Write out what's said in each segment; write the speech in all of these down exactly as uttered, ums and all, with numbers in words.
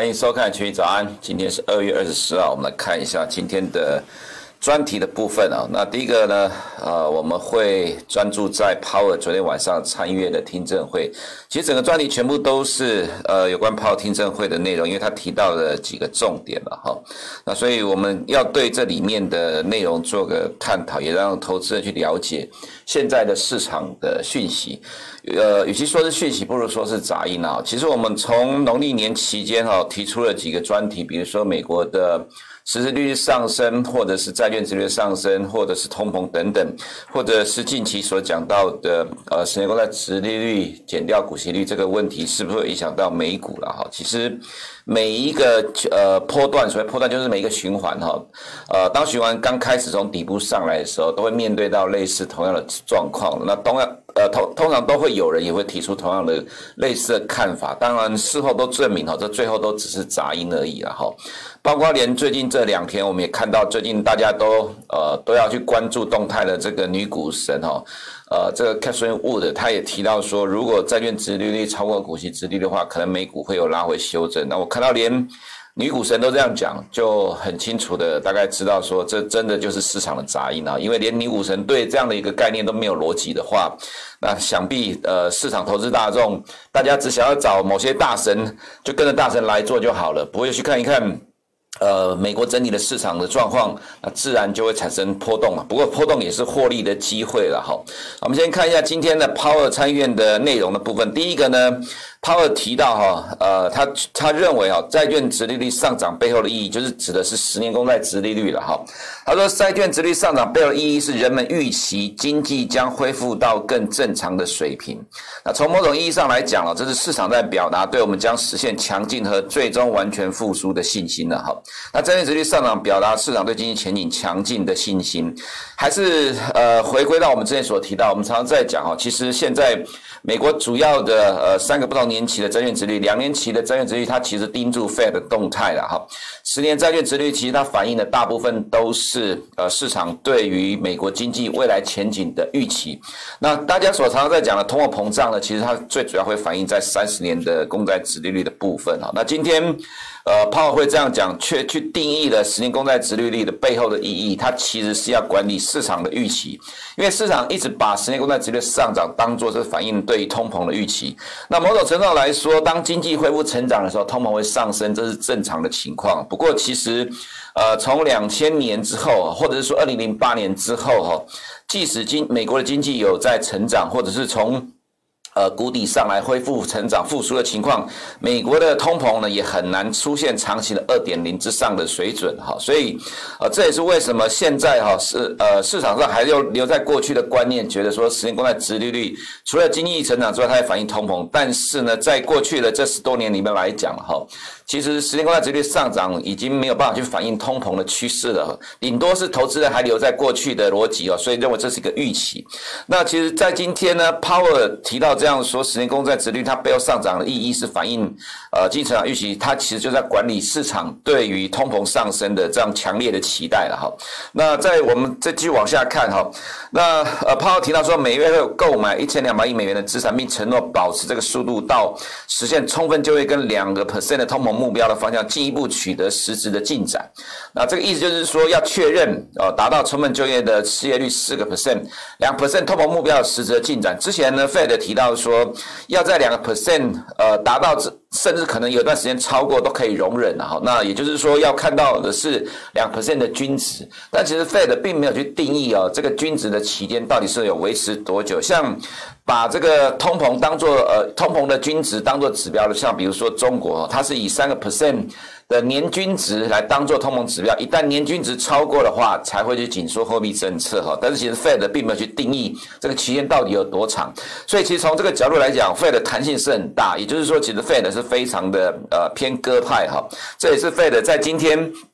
欢迎收看《群益早安》，今天是二月二十四号，我们来看一下今天的专题的部分啊。那第一个呢，呃，我们会专注在 Powell 昨天晚上参议院的听证会。其实整个专题全部都是呃有关 Powell 听证会的内容，因为他提到了几个重点了哈。那所以我们要对这里面的内容做个探讨，也让投资人去了解现在的市场的讯息。呃，与其说是讯息，不如说是杂音啊。其实我们从农历年期间哈提出了几个专题，比如说美国的实质利率上升，或者是债券殖利率上升，或者是通膨等等，或者是近期所讲到的呃十年公债殖利率减掉股息率这个问题，是不是会影响到美股了哈？其实每一个呃波段，所谓波段就是每一个循环哈，呃当循环刚开始从底部上来的时候，都会面对到类似同样的状况。那同样呃通通常都会有人也会提出同样的类似的看法，当然事后都证明哈，这最后都只是杂音而已了哈。包括连最近这两天，我们也看到最近大家都呃都要去关注动态的这个女股神哈，呃这个 Catherine Wood 她也提到说，如果债券殖利率超过股息殖利率的话，可能美股会有拉回修正。那我看到连女股神都这样讲，就很清楚的大概知道说，这真的就是市场的杂音啊！因为连女股神对这样的一个概念都没有逻辑的话，那想必呃市场投资大众大家只想要找某些大神，就跟着大神来做就好了，不会去看一看呃，美国整体的市场的状况，那自然就会产生波动了。不过波动也是获利的机会了哈。我们先看一下今天的 Powell 参议院的内容的部分。第一个呢 ，Powell 提到哈，呃，他他认为哈，债券殖利率上涨背后的意义，就是指的是十年公债殖利率了哈。他说，债券殖利率上涨背后的意义是人们预期经济将恢复到更正常的水平。那从某种意义上来讲了，这是市场在表达对我们将实现强劲和最终完全复苏的信心了哈。那债券殖利率上涨表达市场对经济前景强劲的信心，还是呃回归到我们之前所提到，我们常常在讲哈，其实现在美国主要的呃三个不同年期的债券殖利率，两年期的债券殖利率它其实盯住 Fed 的动态了哈，十年债券殖利率其实它反映的大部分都是呃市场对于美国经济未来前景的预期。那大家所常常在讲的通货膨胀呢，其实它最主要会反映在三十年的公债殖利率的部分哈。那今天呃 Powell 会这样讲，却去定义了十年公债殖利率的背后的意义，它其实是要管理市场的预期，因为市场一直把十年公债殖利率上涨当作是反映对于通膨的预期。那某种程度上来说，当经济恢复成长的时候，通膨会上升，这是正常的情况。不过其实呃从两千年之后，或者是说二零零八年之后哈，即使经美国的经济有在成长，或者是从呃，谷底上来恢复成长复苏的情况，美国的通膨呢也很难出现长期的 二点零 之上的水准哈，所以呃这也是为什么现在哈是呃市场上还留留在过去的观念，觉得说十年公债殖利率除了经济成长之外，它也反映通膨，但是呢，在过去的这十多年里面来讲哈，其实十年公债殖利率上涨已经没有办法去反映通膨的趋势了，顶多是投资人还留在过去的逻辑哦，所以认为这是一个预期。那其实，在今天呢 ，Powell 提到这样说，十年公债殖利率它背后上涨的意义是反映呃经济成长预期，它其实就在管理市场对于通膨上升的这样强烈的期待了哈。那在我们再继续往下看哈，那呃 Powell 提到说，每月会有购买一千两百亿美元的资产，并承诺保持这个速度到实现充分就业跟两个 percent 的通膨目标的方向，进一步取得实质的进展。那这个意思就是说，要确认呃达到充分就业的失业率四个 percent， 两 percent 通膨目标的实质的进展。之前呢 ，Fed 提到说，要在两个 percent 呃达到，甚至可能有段时间超过都可以容忍哈。那也就是说，要看到的是两 percent 的均值。但其实 Fed 并没有去定义哦，这个均值的期间到底是有维持多久。像把这个通膨当作呃通膨的均值当作指标的，像比如说中国，它是以三个 percent 的年均值来当作通膨指标，一旦年均值超过的话，才会去紧缩货币政策哈。但是其实 Fed 并没有去定义这个期间到底有多长，所以其实从这个角度来讲 ，Fed 的弹性是很大，也就是说，其实 Fed 是非常的呃偏鸽派哈。这也是 Fed 在今天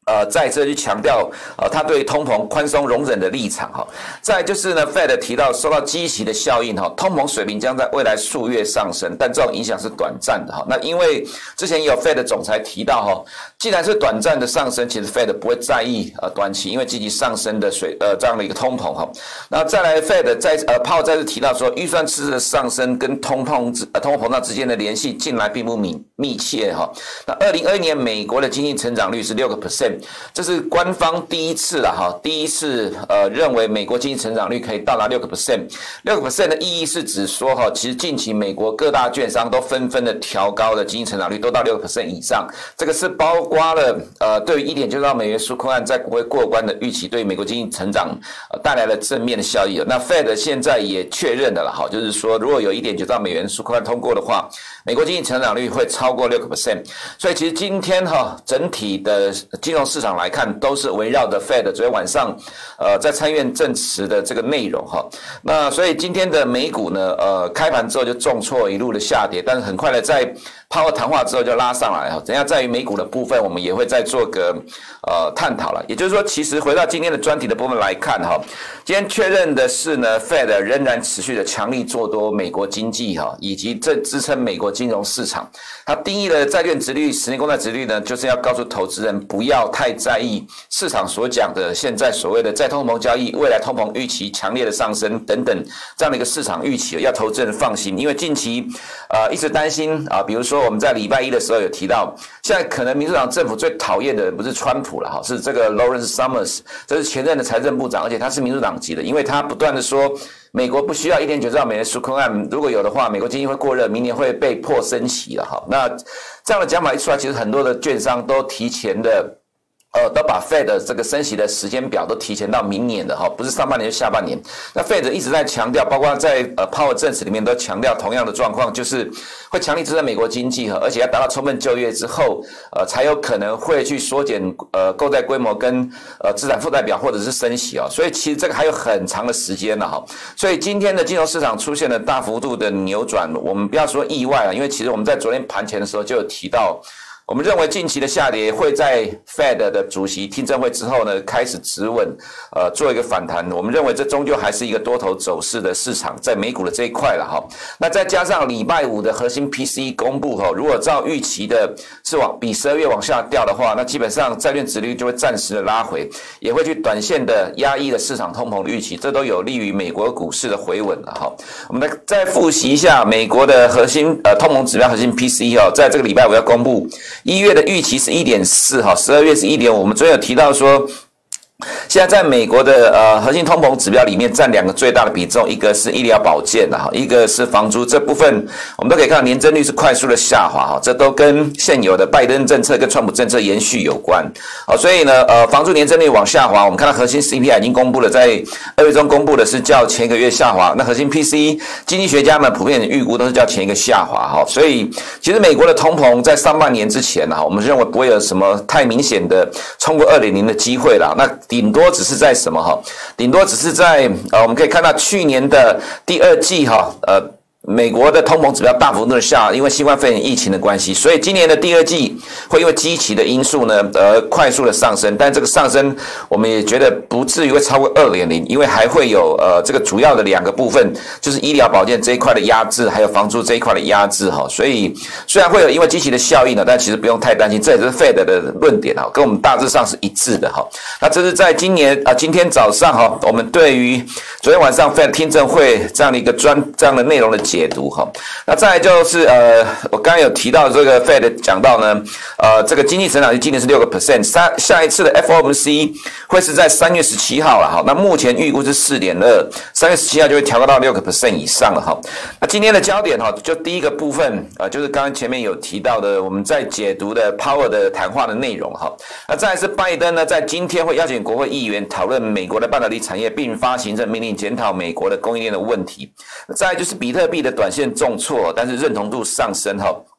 呃，再次去强调，呃，他对通膨宽松容忍的立场哈。再来就是呢 ，Fed 提到受到基期的效应哈，通膨水平将在未来数月上升，但这种影响是短暂的哈。那因为之前也有 Fed 总裁提到哈，既然是短暂的上升，其实 Fed 不会在意呃短期因为积极上升的水呃这样的一个通膨哈。那再来 Fed 再呃 Powell 再次提到说，预算赤字的上升跟通膨呃通货膨胀之间的联系近来并不密密切哈。那二零二一年美国的经济成长率是六个 percent。这是官方第一次了哈，第一次呃认为美国经济成长率可以到达六个 percent， 六个 percent 的意义是指说哈，其实近期美国各大券商都纷纷的调高了经济成长率，都到六个 percent 以上。这个是包括了呃对于一点九兆美元纾困案在国会过关的预期，对美国经济成长呃带来了正面的效益。那 Fed 现在也确认了了哈，就是说如果有一点九兆美元纾困案通过的话，美国经济成长率会超过六个 percent。所以其实今天哈整体的金融市场来看，都是围绕着 Fed 昨天晚上，呃，在参院证词的这个内容哈。那所以今天的美股呢，呃，开盘之后就重挫一路的下跌，但是很快的在Powell谈话之后就拉上来哈。等一下在于美股的部分，我们也会再做个呃探讨了。也就是说，其实回到今天的专题的部分来看哈，今天确认的是呢 ，Fed 仍然持续的强力做多美国经济哈，以及这支撑美国金融市场。它定义了债券殖利率、十年公债殖利率呢，就是要告诉投资人不要太在意市场所讲的现在所谓的再通膨交易、未来通膨预期强烈的上升等等这样的一个市场预期，要投资人放心，因为近期呃一直担心啊，比如说我们在礼拜一的时候有提到，现在可能民主党政府最讨厌的人不是川普了哈，是这个 Lawrence Summers， 这是前任的财政部长，而且他是民主党籍的，因为他不断的说美国不需要 一点九兆美元纾困案，如果有的话，美国经济会过热，明年会被迫升息了哈。那这样的讲法一出来，其实很多的券商都提前的。呃，都把 Fed 这个升息的时间表都提前到明年的哈，不是上半年就下半年。那 Fed 一直在强调，包括在呃 Powell 证词里面都强调同样的状况，就是会强力支撑美国经济哈，而且要达到充分就业之后，呃，才有可能会去缩减呃购债规模跟呃资产负债表或者是升息啊。所以其实这个还有很长的时间了哈。所以今天的金融市场出现了大幅度的扭转，我们不要说意外了，因为其实我们在昨天盘前的时候就有提到。我们认为近期的下跌会在 Fed 的主席听证会之后呢开始止稳，呃，做一个反弹。我们认为这终究还是一个多头走势的市场，在美股的这一块了哈。那再加上礼拜五的核心 P C E 公布哈，如果照预期的是往比十二月往下掉的话，那基本上债券殖利率就会暂时的拉回，也会去短线的压抑了市场通膨的预期，这都有利于美国股市的回稳了哈。我们来再复习一下美国的核心呃通膨指标核心 P C E 哦，在这个礼拜五要公布。一月的预期是 一点四 哈，十二月是 一点五。我们昨天有提到说，现在在美国的呃核心通膨指标里面占两个最大的比重，一个是医疗保健的哈，一个是房租。这部分我们都可以看到年增率是快速的下滑哈，这都跟现有的拜登政策跟川普政策延续有关。好，所以呢呃房租年增率往下滑，我们看到核心 C P I 已经公布了，在二月中公布的是较前一个月下滑。那核心 P C E 经济学家们普遍的预估都是较前一个下滑哈，所以其实美国的通膨在上半年之前呢，我们认为不会有什么太明显的冲过 二点零 的机会啦。那顶多只是在什么哈？顶多只是在呃，我们可以看到去年的第二季哈，呃。美国的通膨指标大幅度的下，因为新冠肺炎疫情的关系，所以今年的第二季会因为基期的因素呢，而快速的上升。但这个上升，我们也觉得不至于会超过 二点零， 因为还会有呃这个主要的两个部分，就是医疗保健这一块的压制，还有房租这一块的压制哈。所以虽然会有因为基期的效应呢，但其实不用太担心，这也是 Fed 的论点哈，跟我们大致上是一致的哈。那这是在今年啊、呃、今天早上哈，我们对于昨天晚上 Fed 听证会这样的一个专这样的内容的解读哈，那再来就是呃，我刚刚有提到这个 Fed 讲到呢，呃，这个经济成长率今年是六个 percent， 下下一次的 F O M C 会是在三月十七号了哈，那目前预估是 四点二， 三月十七号就会调高到六个 percent 以上了哈。那今天的焦点哈，就第一个部分呃，就是刚刚前面有提到的，我们在解读的 Powell 的谈话的内容哈。那再来是拜登呢，在今天会邀请国会议员讨论美国的半导体产业，并发行政命令检讨美国的供应链的问题。再来就是比特币的短线重挫，但是认同度上升哈。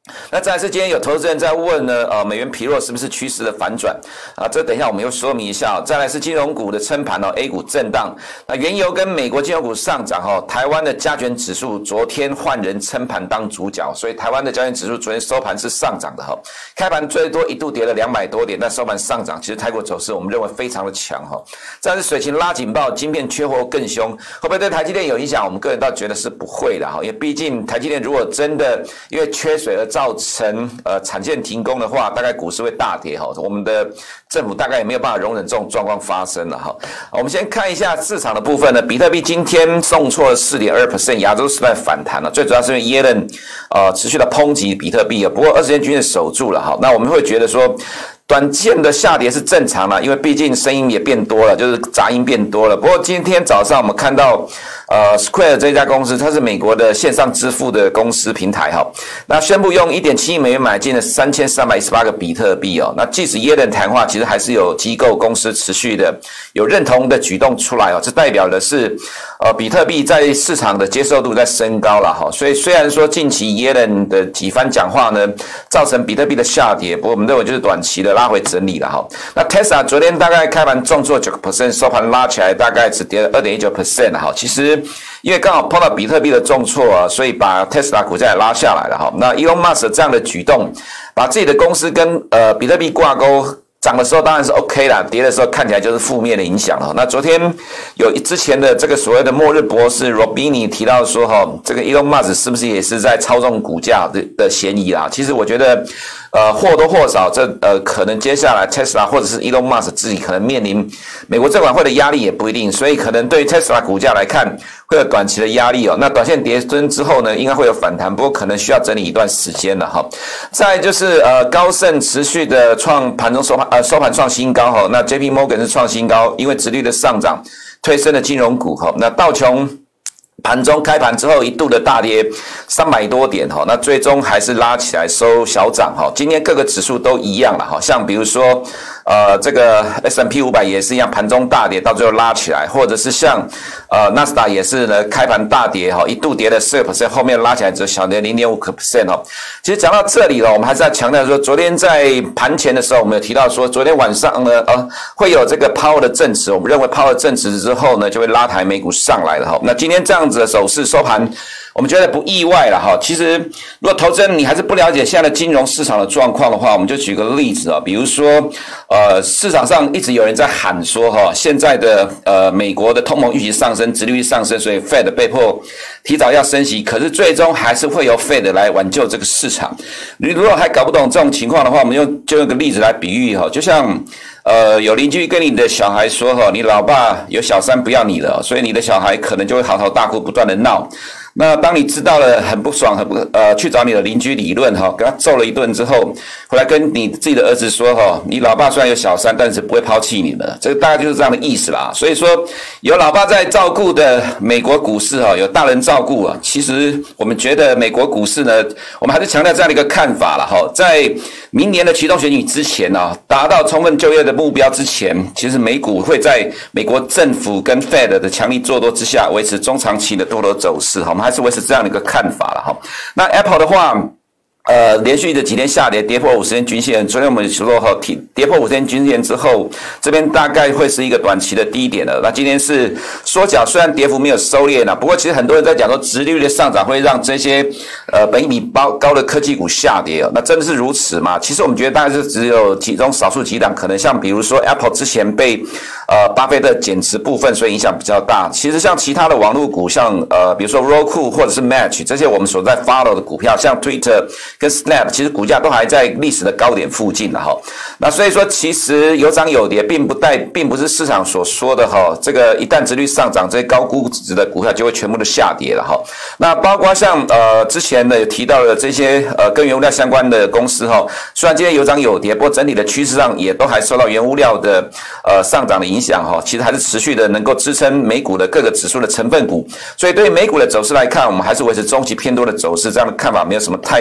那再来是今天有投资人在问呢，呃，美元疲弱是不是趋势的反转啊？这等一下我们又说明一下、哦。再来是金融股的撑盘哦 ，A 股震荡。那原油跟美国金融股上涨哦，台湾的加权指数昨天换人撑盘当主角，所以台湾的加权指数昨天收盘是上涨的哈、哦。开盘最多一度跌了两百多点，但收盘上涨。其实台股走势我们认为非常的强哈、哦。再来是水情拉警报，晶片缺货更凶，会不会对台积电有影响？我们个人倒觉得是不会的哈，因为毕竟台积电如果真的因为缺水而造成呃产线停工的话，大概股市会大跌哈。我们的政府大概也没有办法容忍这种状况发生了哈。我们先看一下市场的部分呢，比特币今天重挫了 百分之四点二， 亚洲时代反弹了，最主要是因为耶伦呃持续的抨击比特币啊，不过二十天均线守住了哈。那我们会觉得说，短线的下跌是正常的，因为毕竟声音也变多了，就是杂音变多了。不过今天早上我们看到。呃 ，Square 这家公司，它是美国的线上支付的公司平台哈，那宣布用 一点七亿美元买进了三千三百一十八个比特币哦。那即使耶伦谈话，其实还是有机构公司持续的有认同的举动出来哦，这代表的是呃比特币在市场的接受度在升高了哈。所以虽然说近期耶伦的几番讲话呢，造成比特币的下跌，不过我们认为就是短期的拉回整理了哈。那 Tesla 昨天大概开盘重挫 百分之九， 收盘拉起来大概只跌了 百分之二点一九 哈。其实因为刚好碰到比特币的重挫啊，所以把 Tesla 股价也拉下来了哈。那 Elon Musk 这样的举动，把自己的公司跟呃比特币挂钩，涨的时候当然是 OK 啦，跌的时候看起来就是负面的影响了。那昨天有之前的这个所谓的末日博士 Robini 提到说哈，这个 Elon Musk 是不是也是在操纵股价的的嫌疑啦？其实我觉得。呃，或多或少，这呃，可能接下来 Tesla 或者是 Elon Musk 自己可能面临美国证管会的压力也不一定，所以可能对 Tesla 股价来看会有短期的压力哦。那短线跌升之后呢，应该会有反弹，不过可能需要整理一段时间了哈。再来就是呃，高盛持续的创盘中收盘呃收盘创新高哈，那 J P Morgan 是创新高，因为殖利率的上涨推升了金融股哈。那道琼盘中开盘之后一度的大跌三百多点哈，那最终还是拉起来收小涨哈。今天各个指数都一样了哈，像比如说呃这个 S and P 五百 也是一样，盘中大跌到最后拉起来，或者是像呃纳斯达也是呢开盘大跌哈，一度跌了 百分之四， 后面拉起来只小跌 零点五 百分点 哈。其实讲到这里了，我们还是要强调说，昨天在盘前的时候，我们有提到说，昨天晚上呢呃会有这个 Powell 的证词，我们认为 Powell 证词之后呢就会拉抬美股上来了哈。那今天这样子的走势收盘，我们觉得不意外了哈。其实如果投资人你还是不了解现在的金融市场的状况的话，我们就举个例子啊，比如说呃市场上一直有人在喊说哈，现在的呃美国的通膨预期上升，殖利率上升，所以 Fed 被迫提早要升息，可是最终还是会由 Fed 来挽救这个市场。你如果还搞不懂这种情况的话，我们用就用个例子来比喻哈，就像呃有邻居跟你的小孩说哈，你老爸有小三不要你了，所以你的小孩可能就会嚎啕大哭，不断的闹。那当你知道了很不爽，很不呃去找你的邻居理论哈，跟他揍了一顿之后，回来跟你自己的儿子说哈，你老爸虽然有小三，但是不会抛弃你的，这个大概就是这样的意思啦。所以说有老爸在照顾的美国股市哈，有大人照顾啊，其实我们觉得美国股市呢，我们还是强调这样的一个看法啦哈，在明年的启动选举之前呢，达到充分就业的目标之前，其实美股会在美国政府跟 Fed 的强力做多之下，维持中长期的多头走势哈。我们还是维持这样的一个看法了哈。那 Apple 的话，呃，连续的几天下跌，跌破五十天均线。昨天我们说哈，跌破五十天均线之后，这边大概会是一个短期的低点了。那今天是缩脚，虽然跌幅没有收敛了，不过其实很多人在讲说，殖利率的上涨会让这些呃本益比高的科技股下跌哦。那真的是如此吗？其实我们觉得大概是只有其中少数几档，可能像比如说 Apple 之前被呃巴菲特减持部分，所以影响比较大。其实像其他的网络股，像呃比如说 Roku 或者是 Match 这些我们所在 follow 的股票，像 Twitter跟 Snap 其实股价都还在历史的高点附近了哈，那所以说其实有涨有跌，并不带，并不是市场所说的哈，这个一旦殖利率上涨，这些高估值的股票就会全部的下跌了哈。那包括像呃之前呢有提到的这些呃跟原物料相关的公司哈，虽然今天有涨有跌，不过整体的趋势上也都还受到原物料的呃上涨的影响哈，其实还是持续的能够支撑美股的各个指数的成分股，所以对于美股的走势来看，我们还是维持中期偏多的走势，这样的看法没有什么太大的改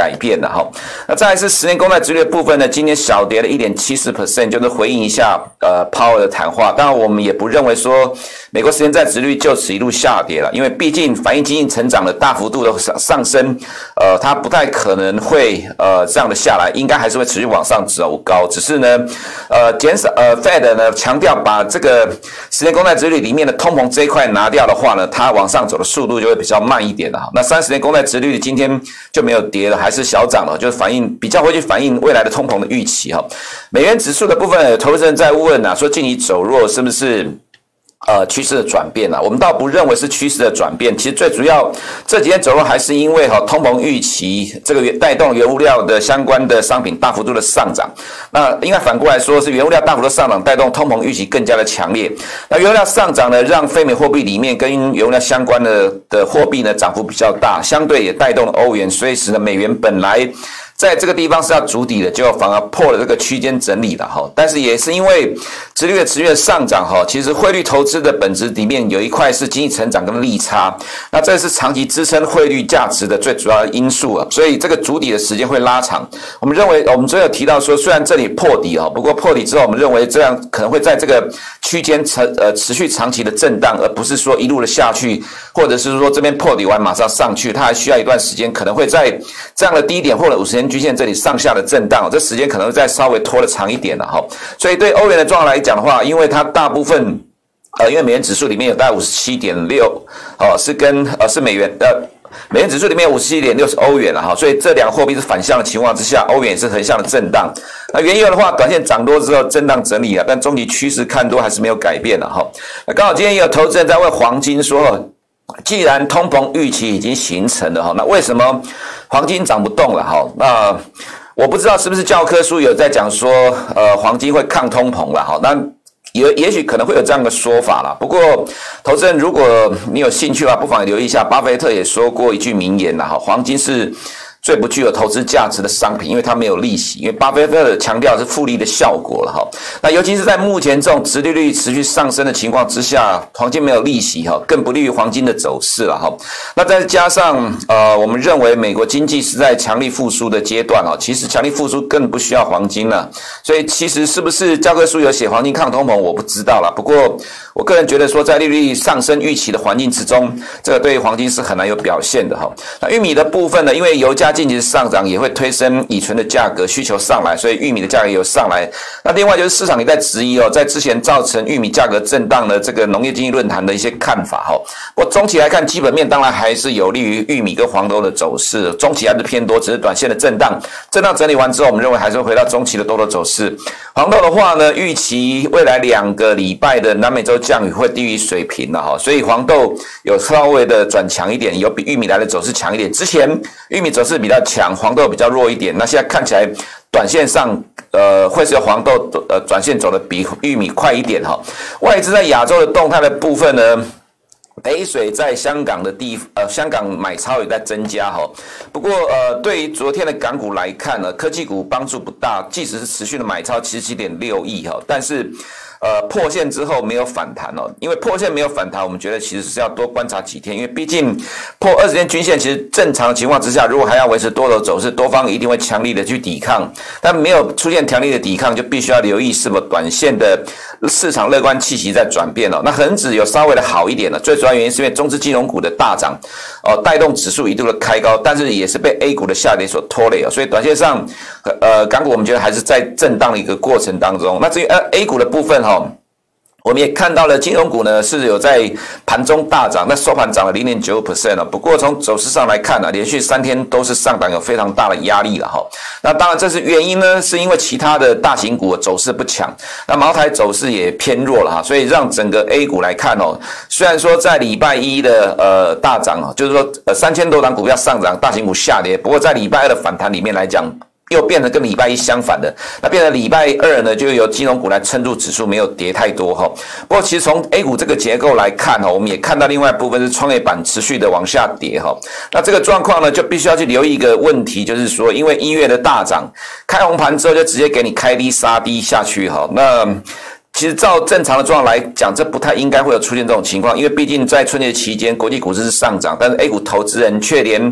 改变了哈。那再来是十年公债殖利率的部分呢，今天小跌了 百分之一点七四， 就是回应一下呃 Powell 的谈话。当然我们也不认为说美国十年债殖利率就此一路下跌了，因为毕竟反映经济成长的大幅度的上上升，呃，它不太可能会呃这样的下来，应该还是会持续往上走高。只是呢，呃，减少呃 Fed 呢强调把这个十年公债殖利率里面的通膨这一块拿掉的话呢，它往上走的速度就会比较慢一点了。那三十年公债殖利率今天就没有跌了，还是小涨了，就是反映比较会去反映未来的通膨的预期哈。美元指数的部分，有投资人在问啊，说近期走弱是不是？呃，趋势的转变啊，我们倒不认为是趋势的转变。其实最主要这几天走弱还是因为哈、哦、通膨预期这个带动原物料的相关的商品大幅度的上涨。那应该反过来说是原物料大幅度上涨，带动通膨预期更加的强烈。那原物料上涨呢，让非美货币里面跟原物料相关的的货币呢涨幅比较大，相对也带动了欧元，所以使得美元本来在这个地方是要筑底的，结果反而破了这个区间整理了哈。但是也是因为殖利率持续的上涨哈，其实汇率投资的本质里面有一块是经济成长跟利差，那这是长期支撑汇率价值的最主要的因素啊。所以这个筑底的时间会拉长。我们认为，我们昨天有提到说，虽然这里破底啊，不过破底之后，我们认为这样可能会在这个区间持呃持续长期的震荡，而不是说一路的下去，或者是说这边破底完马上上去，它还需要一段时间，可能会在这样的低点或者五十年均线这里上下的震荡，这时间可能会再稍微拖得长一点了哈。所以对欧元的状况来讲的话，因为它大部分呃，因为美元指数里面有大概 五十七点六 哦，是跟呃是美元呃美元指数里面 五十七点六 是欧元了哈，所以这两个货币是反向的情况之下，欧元也是横向的震荡。那原油的话，短线涨多之后震荡整理了，但中期趋势看多还是没有改变了哈。那刚好今天也有投资人在问黄金说，既然通膨预期已经形成了哈，那为什么黄金涨不动了哈？那我不知道是不是教科书有在讲说，呃，黄金会抗通膨了哈？那也也许可能会有这样的说法啦。不过，投资人如果你有兴趣的话，不妨留意一下，巴菲特也说过一句名言啦哈，黄金是最不具有投资价值的商品，因为它没有利息，因为巴菲特强调的是复利的效果了哈。那尤其是在目前这种殖利率持续上升的情况之下，黄金没有利息哈，更不利于黄金的走势了哈。那再加上呃，我们认为美国经济是在强力复苏的阶段哈，其实强力复苏更不需要黄金了。所以其实是不是教科书有写黄金抗通膨，我不知道啦。不过我个人觉得说，在利率上升预期的环境之中，这个对于黄金是很难有表现的哈。那玉米的部分呢，因为油价近期上涨也会推升乙醇的价格，需求上来，所以玉米的价格也有上来。那另外就是市场也在质疑哦，在之前造成玉米价格震荡的这个农业经济论坛的一些看法哈。不过中期来看，基本面当然还是有利于玉米跟黄豆的走势，中期还是偏多，只是短线的震荡。震荡整理完之后，我们认为还是会回到中期的多头走势。黄豆的话呢，预期未来两个礼拜的南美洲降雨会低于水平了哈，所以黄豆有稍微的转强一点，有比玉米来的走势强一点。之前玉米走势比较强，黄豆比较弱一点，那现在看起来短线上呃会是由黄豆呃转线走的比玉米快一点哈。外资在亚洲的动态的部分呢，北水在香港的地呃香港买超也在增加哈。不过呃对于昨天的港股来看呢，科技股帮助不大，即使是持续的买超七十七点六亿哈，但是呃，破线之后没有反弹哦，因为破线没有反弹，我们觉得其实是要多观察几天，因为毕竟破二十天均线，其实正常的情况之下，如果还要维持多头走势，多方一定会强力的去抵抗，但没有出现强力的抵抗，就必须要留意是否短线的市场乐观气息在转变哦。那恒指有稍微的好一点了，最主要原因是因为中资金融股的大涨哦，带动指数一度的开高，但是也是被 A 股的下跌所拖累哦，所以短线上呃港股我们觉得还是在震荡的一个过程当中。那至于呃 A 股的部分哈，我们也看到了金融股呢是有在盘中大涨，那收盘涨了 百分之零点九五 了。不过从走势上来看呢、啊，连续三天都是上档，有非常大的压力了哈。那当然这是原因呢，是因为其他的大型股的走势不强，那茅台走势也偏弱了哈，所以让整个 A 股来看哦，虽然说在礼拜一的呃大涨哦，就是说呃三千多档股票上涨，大型股下跌，不过在礼拜二的反弹里面来讲，又变得跟礼拜一相反的，那变成礼拜二呢，就由金融股来撑住指数，没有跌太多哈。不过其实从 A 股这个结构来看哈，我们也看到另外一部分是创业板持续的往下跌哈。那这个状况呢，就必须要去留意一个问题，就是说，因为一月的大涨，开红盘之后就直接给你开低杀低下去哈。那其实照正常的状况来讲，这不太应该会有出现这种情况，因为毕竟在春节期间，国际股市是上涨，但是 A 股投资人却连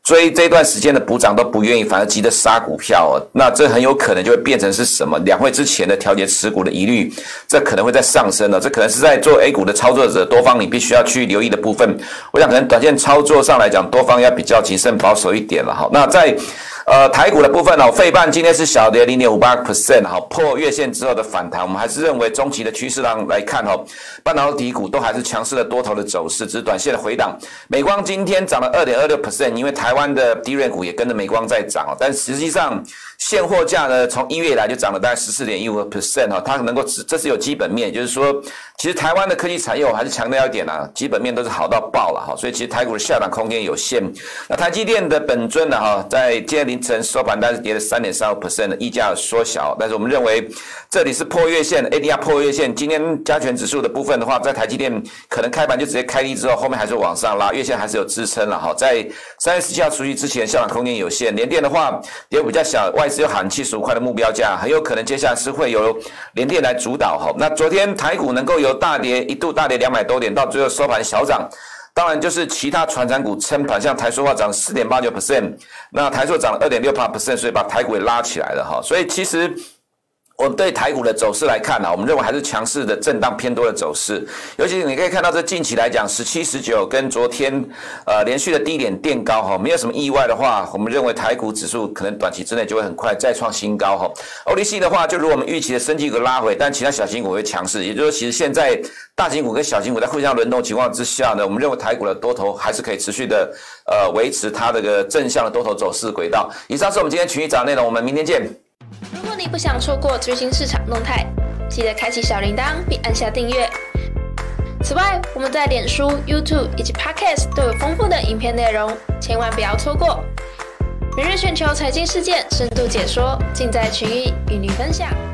追这段时间的补涨都不愿意，反而急着杀股票哦，那这很有可能就会变成是什么？两会之前的调节持股的疑虑，这可能会在上升了，这可能是在做 A 股的操作者多方你必须要去留意的部分。我想可能短线操作上来讲，多方要比较谨慎保守一点了哈。那在呃，台股的部分哦，费半今天是小跌 百分之零点五八， 哈，破月线之后的反弹，我们还是认为中期的趋势上来看哦，半导体股都还是强势的多头的走势，只是短线的回档。美光今天涨了 百分之二点二六， 因为台湾的低润股也跟着美光在涨哦，但实际上现货价呢，从一月以来就涨了大概 百分之十四点一五 哦，它能够这是有基本面，也就是说，其实台湾的科技产业我还是强调一点啊，基本面都是好到爆了哈，所以其实台股的下档空间有限。那台积电的本尊呢哈，在今天凌晨收盘，但是跌了 百分之三点三五 的溢价缩小，但是我们认为这里是破月线 ，A D R 破月线。今天加权指数的部分的话，在台积电可能开盘就直接开低之后，后面还是往上拉，月线还是有支撑了哈。在三月十七号除夕之前，下档空间有限。联电的话，跌比较小，外资有喊七十五块的目标价，很有可能接下来是会由联电来主导哈。那昨天台股能够由大跌一度大跌两百多点，到最后收盘小涨。当然就是其他传产股撑盘，像台塑化涨 百分之四点八九， 那台塑涨了 百分之二点六， 所以把台股也拉起来了哈。所以其实我们对台股的走势来看啊，我们认为还是强势的震荡偏多的走势，尤其你可以看到这近期来讲十七、十九跟昨天呃连续的低点垫高哈，没有什么意外的话，我们认为台股指数可能短期之内就会很快再创新高哈。O T C 的话，就如我们预期的升级股拉回，但其他小型股会强势，也就是说，其实现在大型股跟小型股在互相轮动情况之下呢，我们认为台股的多头还是可以持续的呃维持它这个正向的多头走势轨道。以上是我们今天群益早的内容，我们明天见。 如果你不想错过最新市场动态，记得开启小铃铛并按下订阅。此外，我们在脸书、YouTube 以及 Podcast 都有丰富的影片内容，千万不要错过。每日全球财经事件深度解说，尽在群益与你分享。